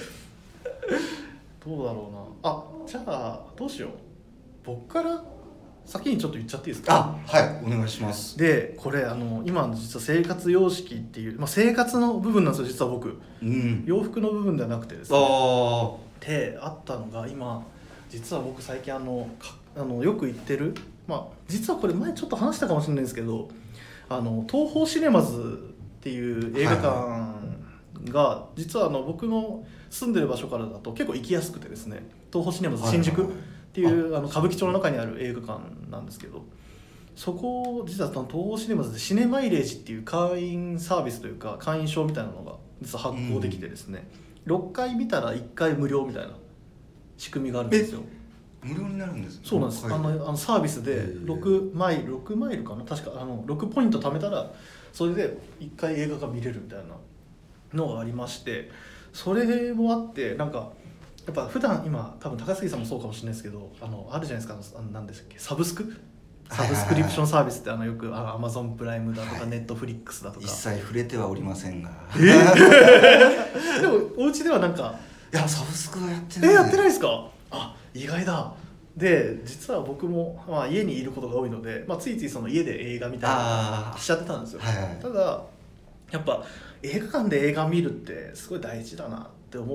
ろうな。あ、じゃあどうしよう、僕から先にちょっと言っちゃっていいですか。 あ、はい、お願いします。 でこれあの今の実は生活様式っていう、まあ、生活の部分なんですよ実は僕、うん、洋服の部分ではなくてですね、あであったのが今実は僕最近あのあのよく行ってる、まあ実はこれ前ちょっと話したかもしれないんですけど、あの東宝シネマズっていう映画館が実はあの僕の住んでる場所からだと結構行きやすくてですね、東宝シネマズ新宿っていうあの歌舞伎町の中にある映画館なんですけど、そこ実は東宝シネマズでシネマイレージっていう会員サービスというか会員証みたいなのが実は発行できてですね、うん、ろっかい見たらいっかい無料みたいな仕組みがあるんですよ。 無料になるんですね。 そうなんです。あのあのサービスでろくマイルろくマイルかな、確かあのろくポイント貯めたらそれでいっかい映画が見れるみたいなのがありまして、それもあってなんかやっぱ普段今多分高杉さんもそうかもしれないですけど、あのあるじゃないですか、あの何でしたっけ、サブスクサブスクリプションサービスってあのよくあ Amazon プライムだとか、はい、ネットフリックスだとか一切触れてはおりませんがえー、でもお家ではなんかいやサブスクはやってない。 えー、やってないですか。あ、意外だ。で実は僕も、まあ、家にいることが多いので、まあ、ついついその家で映画みたいなのしちゃってたんですよ、はいはい、ただやっぱ映画館で映画見るってすごい大事だなって思って、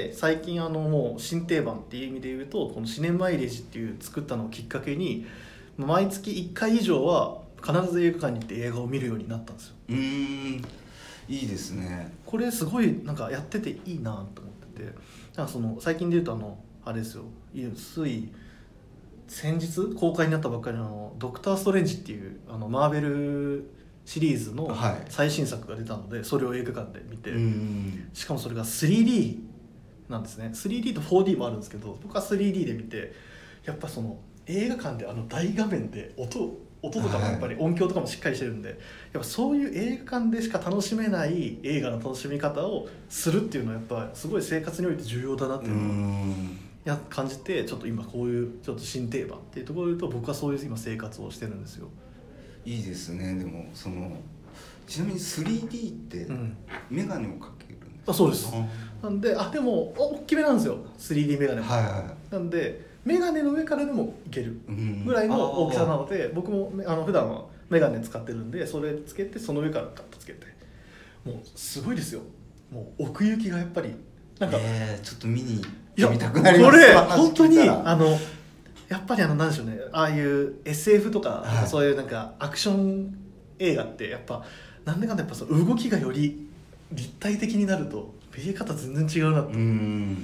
最近あのもう新定番っていう意味で言うとこのシネマイレージっていう作ったのをきっかけに毎月いっかい以上は必ず映画館に行って映画を見るようになったんですよ。 うーん、いいいですね。 これすごいなんかやってていいなと思ってて、なんかその最近で言うとあのあれですよ、つい先日公開になったばっかりのあのドクター・ストレンジっていうあのマーベルシリーズの最新作が出たので、それを映画館で見て、しかもそれが スリーディー なんですね。 スリーディー と フォーディー もあるんですけど、僕は スリーディー で見て、やっぱその映画館であの大画面で音音とかもやっぱり音響とかもしっかりしてるんで、やっぱそういう映画館でしか楽しめない映画の楽しみ方をするっていうのはやっぱすごい生活において重要だなっていうのをや感じて、ちょっと今こういうちょっと新定番っていうところで言うと、僕はそういう今生活をしてるんですよ。 いいですね。でもそのちなみに スリーディー ってメガネをかけるんですか？ あ、そうです。なんで、あ、でも大きめなんですよ スリーディー メガネも、 はいはい、 なんでメガネの上からでもいけるぐらいの大きさなので、うん、僕もあの普段はメガネ使ってるんで、それつけてその上からカッとつけて、もうすごいですよ。もう奥行きがやっぱりなんか、 えー、ちょっと見に行みたくなります。 これ本当にあのやっぱりあのなんでしょうね、ああいう エスエフ とか、はい、そういうなんかアクション映画ってやっぱなんでかんだやっぱその動きがより立体的になると見え方全然違うなと。うん、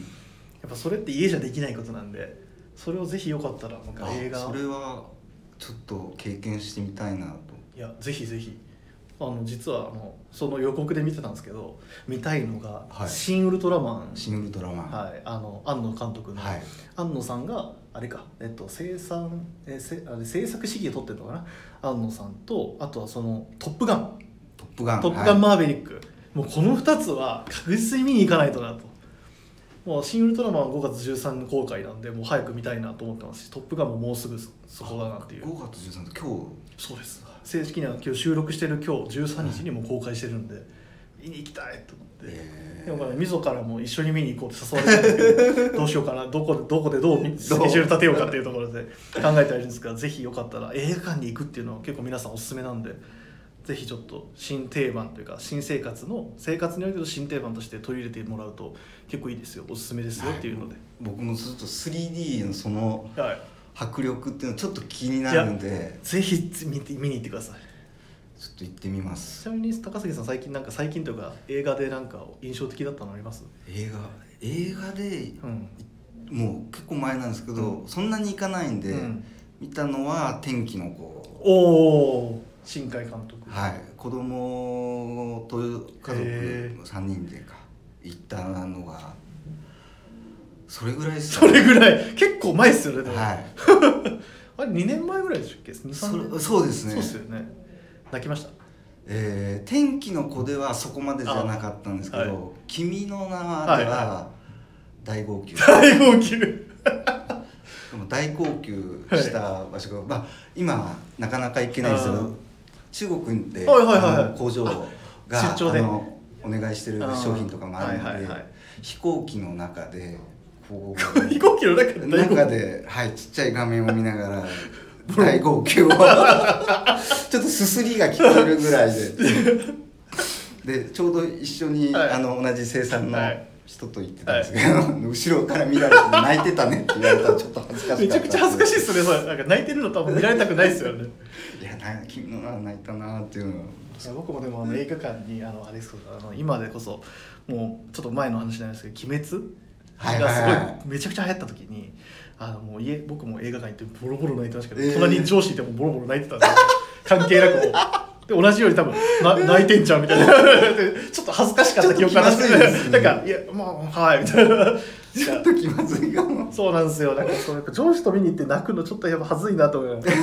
やっぱそれって家じゃできないことなんで、それをぜひよかったらなんか映画、 それはちょっと経験してみたいなと。 いやぜひぜひ、あの実はあのその予告で見てたんですけど、見たいのが、はい、新ウルトラマン。 新ウルトラマン、 はい、あの庵野監督の、はい、庵野さんがあれか、えっと生産えせあれ制作指揮を取ってるのかな、庵野さんと、あとはそのトップガントップガントップガンマーヴェリック、はい、もうこのふたつは確実に見に行かないとなと。もう新ウルトラマンはごがつじゅうさんにち公開なんで、もう早く見たいなと思ってますし、トップガンももうすぐそこだなっていう。 ごがつじゅうさんって今日？ そうです。正式には今日収録してる今日じゅうさんにちにもう公開してるんで、見に行きたいと思って、えー、でもね、みぞからも一緒に見に行こうって誘われてるんですけどどうしようかな、どこでどこでどうスケジュール立てようかっていうところで考えてはいるんですが、ぜひよかったら映画館に行くっていうのは結構皆さんおすすめなんで、ぜひちょっと新定番というか新生活の生活においての新定番として取り入れてもらうと結構いいですよ、おすすめですよっていうので、はい、 僕もずっと スリーディー のその迫力っていうのちょっと気になるんで、 ぜひ見て見に行ってください。 ちょっと行ってみます。 ちなみに高杉さん、最近なんか最近というか映画でなんか印象的だったのあります？ 映画映画で、うん、もう結構前なんですけど、うん、そんなに行かないんで、うん、見たのは天気の子。 おお、新海監督。 はい、子供と家族さんにんでか行ったのがそれぐらいですかね。それぐらい結構前ですよね。でもはいあれにねんまえぐらいでしたっけ？にさんねん。 そ, そうですね。 そうですよね。泣きました。 えー、天気の子ではそこまでじゃなかったんですけど、はい、君の名はでは大号泣。 大号泣でも大号泣した場所が、はい、まあ、今なかなか行けないですけど、中国で、はいはいはい、あの工場が出張であのお願いしてる商品とかもあるので、はいはいはい、飛行機の中でこう飛行機の中で中で、はい、ちっちゃい画面を見ながら大号泣をちょっとすすりが聞こえるぐらいででちょうど一緒に、はい、あの同じ生産の人と言ってたんですけど、はい、後ろから見られて泣いてたねって言われたらちょっと恥ずかしかった。 めちゃくちゃ恥ずかしいですね。それなんか泣いてるの多分見られたくないですよね。 いやな、君の名は泣いたなっていうのは。 僕もでもあの映画館にあのあれですあの今でこそもうちょっと前の話なんですけど、鬼滅がすごいめちゃくちゃ流行った時に、あのもう家僕も映画館行ってボロボロ泣いてましたけど、えー、隣に上司いてもボロボロ泣いてたんですよ。関係なくもで同じように多分な泣いてんちゃうみたいなちょっと恥ずかしかった記憶があって、ね、なんかいやもうはいみたいな。 ちょっと気まずいかも。 そうなんですよ。なんかそうやっぱ上司と見に行って泣くのちょっとやっぱ恥ずいなと思います。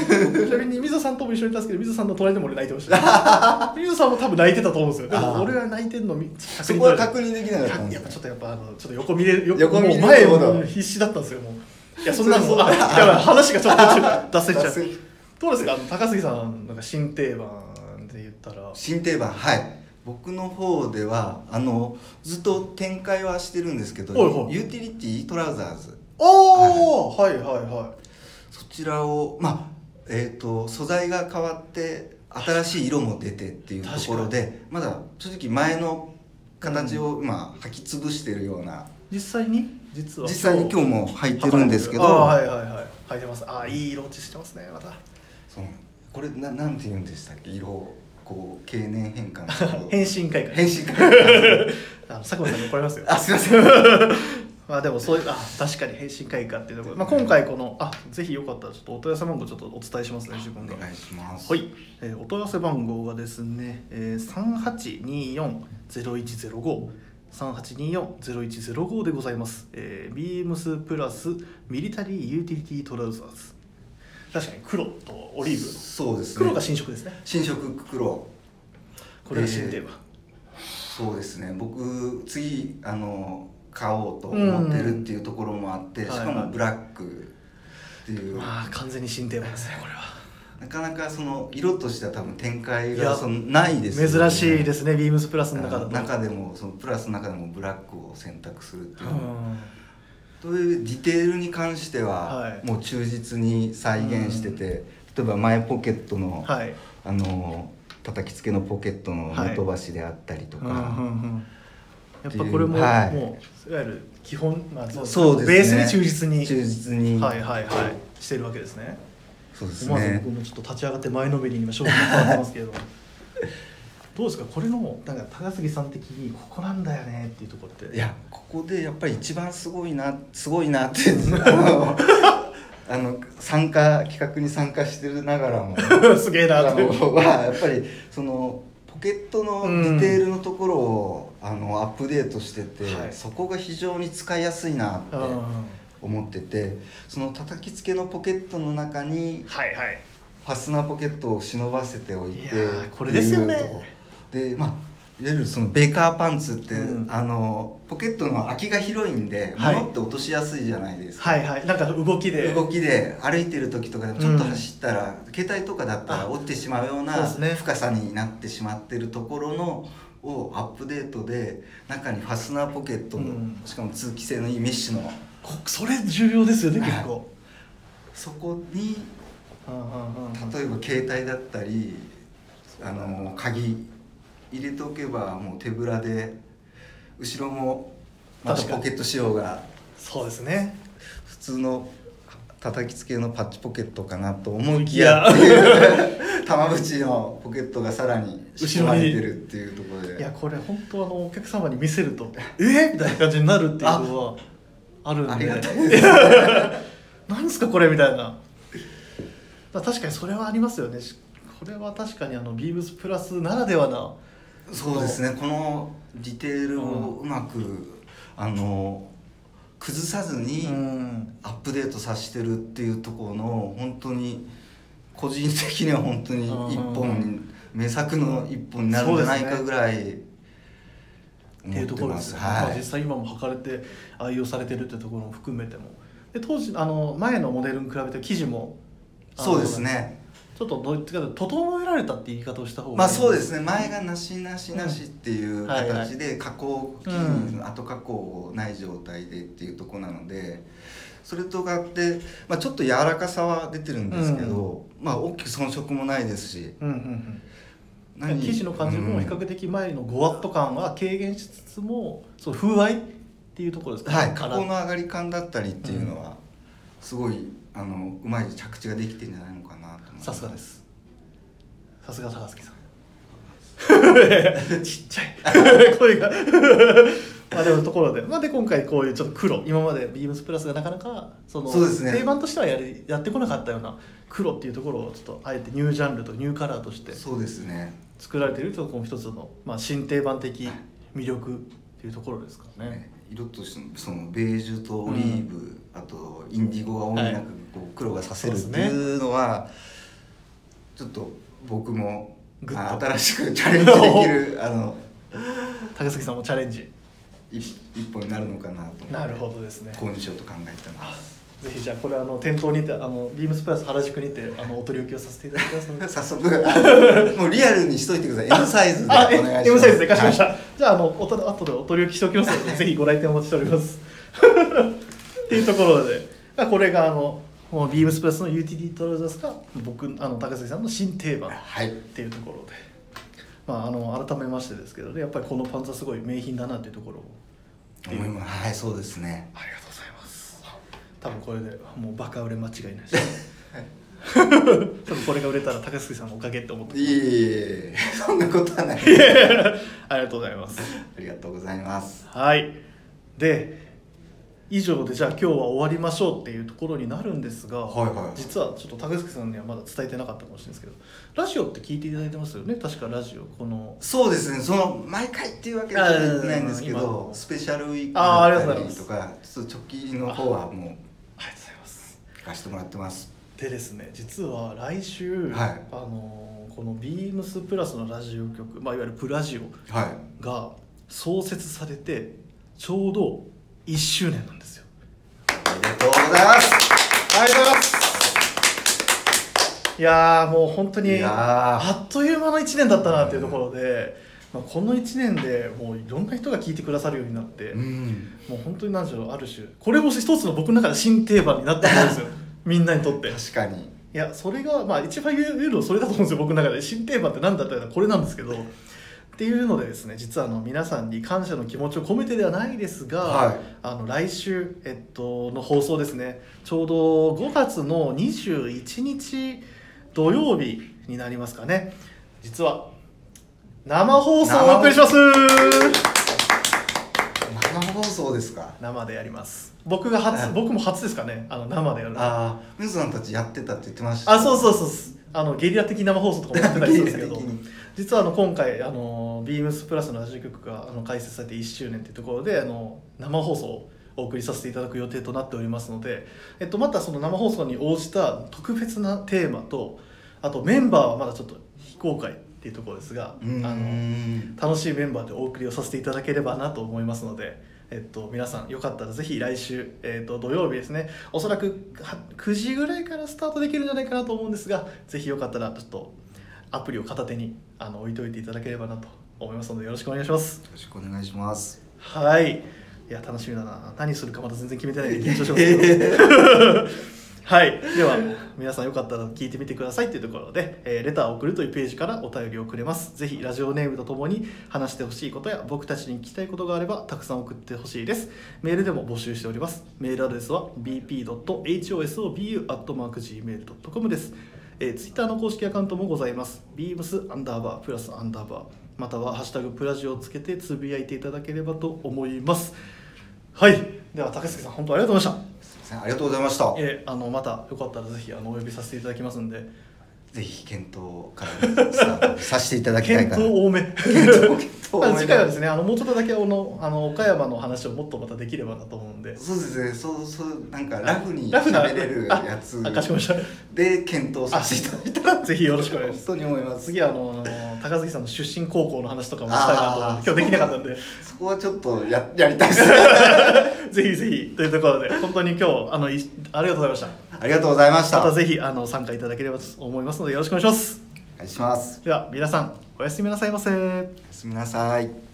ちなみに水さんとも一緒にいたんですけど、水さんの隣でも俺泣いてました。水さんも多分泣いてたと思うんですよ。でも俺は泣いてんのそこは確認できなかったんです。 やっぱちょっとやっぱあのちょっと横見れ横, 横見れもう前も必死だったんですよ。もういやそんなのあやばい話がちょっと脱線しちゃう。どうですか、あの高杉さんなんか新定番で言ったら。 新定番、はい。僕の方ではあのずっと展開はしてるんですけど、はいはい、ユーティリティトラウザーズ、 おー、はい、はいはいはい、 そちらをまあえっ、ー、と素材が変わって新しい色も出てっていうところで、まだ正直前の形を今履き潰してるような、 実際に実は実際に今日も履いてるんですけど、 あ、はいはいはい履いてます。あ、いい色落ちしてますね。またそうこれななんて言うんでしたっけ、色こう経年変化の変身会館変身会館あの佐久間さんに怒られますよあすいませんまあでもそういうあ確かに変身会館っていうところ、まあ、今回このあぜひよかったらちょっとお問い合わせ番号ちょっとお伝えしますね自分がお願いしますはい、えー、お問い合わせ番号がですね、えー、さんはちにーよん ゼロいちゼロご さんはちにーよん ゼロいちゼロごでございます、えー、ビームスプラスミリタリーユーティリティトラウザーズ確かに黒とオリーブそうですね黒が新色ですね新色黒これが新テーマ、 えー、そうですね僕次あの買おうと思ってるっていうところもあって、うん、しかもブラックっていう、 はいはい、まあ完全に新テーマですねこれはなかなかその色としては多分展開がそのないですよね珍しいですねビームスプラスの中だと中でもそのプラスの中でもブラックを選択するっていうのは、というディテールに関してはもう忠実に再現してて、はい、例えば前ポケットの、はい、あの叩き付けのポケットの目飛ばしであったりとか、はいうんうんうん、 やっぱこれも、はい、もういわゆる基本、まあ、 そうですね、 ベースに忠実に忠実にはいはいはいしてるわけですね。 そうですね。 まず僕もちょっと立ち上がって前のめりに今商品に変わってますけどどうですかこれのなんか高杉さん的にここなんだよねっていうところっていやここでやっぱり一番すごいなすごいなってあのあの参加企画に参加してるながらもすげえなってはやっぱりそのポケットのディテールのところを、うん、あのアップデートしてて、はい、そこが非常に使いやすいなって思っててその叩き付けのポケットの中に、はいはい、ファスナーポケットを忍ばせておいていやこれですよねでまあいわゆるそのベーカーパンツって、うん、あのポケットの空きが広いんで、はい、物って落としやすいじゃないですか。 はいはいなんか動きで動きで歩いてる時とかでもちょっと走ったら、うん、携帯とかだったら落ちてしまうような深さになってしまってるところのをアップデートで中にファスナーポケットの、うん、しかも通気性のいいメッシュのそれ重要ですよね、はい、結構そこに例えば携帯だったりあの鍵入れておけばもう手ぶらで後ろもまたポケット仕様がそうですね普通の叩き付けのパッチポケットかなと思いきやっていう玉縁のポケットがさらに仕込まれてるっていうところでいやこれ本当あのお客様に見せるとえー、みたいな感じになるっていうのはあるんでありがたいですなんすかこれみたいな確かにそれはありますよねこれは確かにあのビームスプラスならではなそうですねこのディテールをうまく、うん、あの崩さずにアップデートさせてるっていうところの本当に個人的には本当に一本に名作の一本になるんじゃないかぐらい思ってます。 っていうところですね、はい、実際今も履かれて愛用されてるってところも含めてもで当時あの前のモデルに比べて生地もそうですねちょっとどういったか整えられたって言い方をした方がいいまあそうですね前がなしなしなしっていう形で加工生地の後加工ない状態でっていうところなのでそれとがって、まあ、ちょっと柔らかさは出てるんですけど、うん、まあ大きく遜色もないですし、 うんうんうん生地の感じも比較的前のごワット感は軽減しつつもその風合いっていうところですか、 ね、はい加工の上がり感だったりっていうのはすごいあのうまい着地ができてるんじゃないのかなと思います。 さすがですさすが高杉さんちっちゃい声がまあでもところで、まあ、で今回こういうちょっと黒今までビームスプラスがなかなかそのそうですね、 定番としてはやりやってこなかったような黒っていうところをちょっとあえてニュージャンルとニューカラーとしてそうですね作られているとこの一つの、まあ、新定番的魅力っていうところですからね、ね色としてそのベージュとオリーブ、うん、あとインディゴが多い中こう黒がさせるっていうのは、ね、ちょっと僕も新しくチャレンジできるあの高杉さんもチャレンジ一, 一歩になるのかなとなるほどですね購入しようと考えてます。 ぜひじゃあこれあの店頭にてあのビームスプラス原宿にてあのお取り置きをさせていただきます早速もうリアルにしといてください M サイズでお願いします。 M サイズで貸しました、はい、じゃああのおと後でお取り置きしておきますのでぜひご来店お待ちしておりますっていうところでこれがあのビームスプラスのユーティリティトラウザーズが僕あの高杉さんの新定番っていうところで、はいまあ、あの改めましてですけどねやっぱりこのパンツはすごい名品だなっていうところを思います。はいそうですねありがとうございます。多分これでもうバカ売れ間違いないです、はい、 多分これが売れたら高杉さんのおかげって思って。 いえいえ、そんなことはない。 ありがとうございます。 ありがとうございます。 はい。で以上でじゃあ今日は終わりましょうっていうところになるんですが、 はいはい、 実はちょっと高杉さんにはまだ伝えてなかったかもしれないですけど、ラジオって聞いていただいてますよね。確かラジオこのそうですね、その毎回っていうわけじゃないんですけど、スペシャルウィークだったりとか、ちょっと直近の方はもうありがとうございます聞かせてもらってます。 でですね、実は来週、はい、あのこのビームスプラスのラジオ局、まあ、いわゆるプラジオが創設されてちょうどいっしゅうねんなんですよ。 ありがとうございます。 ありがとうございます。いやーもう本当にあっという間のいちねんだったなっていうところで、まあ、このいちねんでもういろんな人が聞いてくださるようになって、うん、もう本当に何でしょう、ある種これも一つの僕の中で新定番になってるんですよみんなにとって。 確かに。 いやそれがまあ一番言えるのそれだと思うんですよ、僕の中で。新定番って何だったらこれなんですけどっていうのでですね、実はあの皆さんに感謝の気持ちを込めてではないですが、はい、あの来週、えっと、の放送ですね、ちょうどごがつのにじゅういちにち土曜日になりますかね、実は生放送をお送りします。 生放送ですか。 生でやります。僕が初、僕も初ですかね、あの生でやる。 ああ、水さんたちやってたって言ってました、 ね、あ、そうそうそう、あのゲリラ的生放送とかもやってたりするんですけど実はあの今回あのビームスプラスのラジオ局があの開設されていっしゅうねんというところであの生放送をお送りさせていただく予定となっておりますので、えっと、またその生放送に応じた特別なテーマと、あとメンバーはまだちょっと非公開っていうところですが、あの楽しいメンバーでお送りをさせていただければなと思いますので、えっと、皆さんよかったらぜひ来週、えっと、土曜日ですね、おそらくくじぐらいからスタートできるんじゃないかなと思うんですが、ぜひよかったらちょっとアプリを片手にあの置いといていただければなと思いますので、よろしくお願いします。 よろしくお願いします。 はい、いや楽しみだな。何するかまだ全然決めてないんで緊張しますけどはい、では皆さんよかったら聞いてみてくださいというところで、えー、レターを送るというページからお便りをくれます。ぜひラジオネームとともに話してほしいことや僕たちに聞きたいことがあればたくさん送ってほしいです。メールでも募集しております。メールアドレスは ビーピードットホソブ アットマークジーメールドットコム です。えー、ツイッターの公式アカウントもございます。ビームスアンダーバープラスアンダーバーまたはハッシュタグプラジオをつけてつぶやいていただければと思います。はい、では高杉さん本当ありがとうございました。 ありがとうございました。 えー、あのまたよかったらぜひあのお呼びさせていただきますんで、 ぜひ検討からスタートさせていただきたいかな。 検討多め。 検討検討多め。 次回はですね、あのもうちょっとだけあのあの岡山の話をもっとまたできればなと思うんで。 そうですね。そうそうなんかラフに喋れるやつあ、かしこまりました。 で検討させていただいたらぜひよろしくお願いします。 本当に思います。 次はあの高杉さんの出身高校の話とかもしたいなと思うんで、今日できなかったんで、 そこはちょっとややりたいです。 ぜひぜひというところで本当に今日あのいありがとうございました。 ありがとうございました。 またぜひあの参加いただければと思いますのでよろしくお願いします。 お願いします。 では皆さんおやすみなさいませ。おやすみなさい。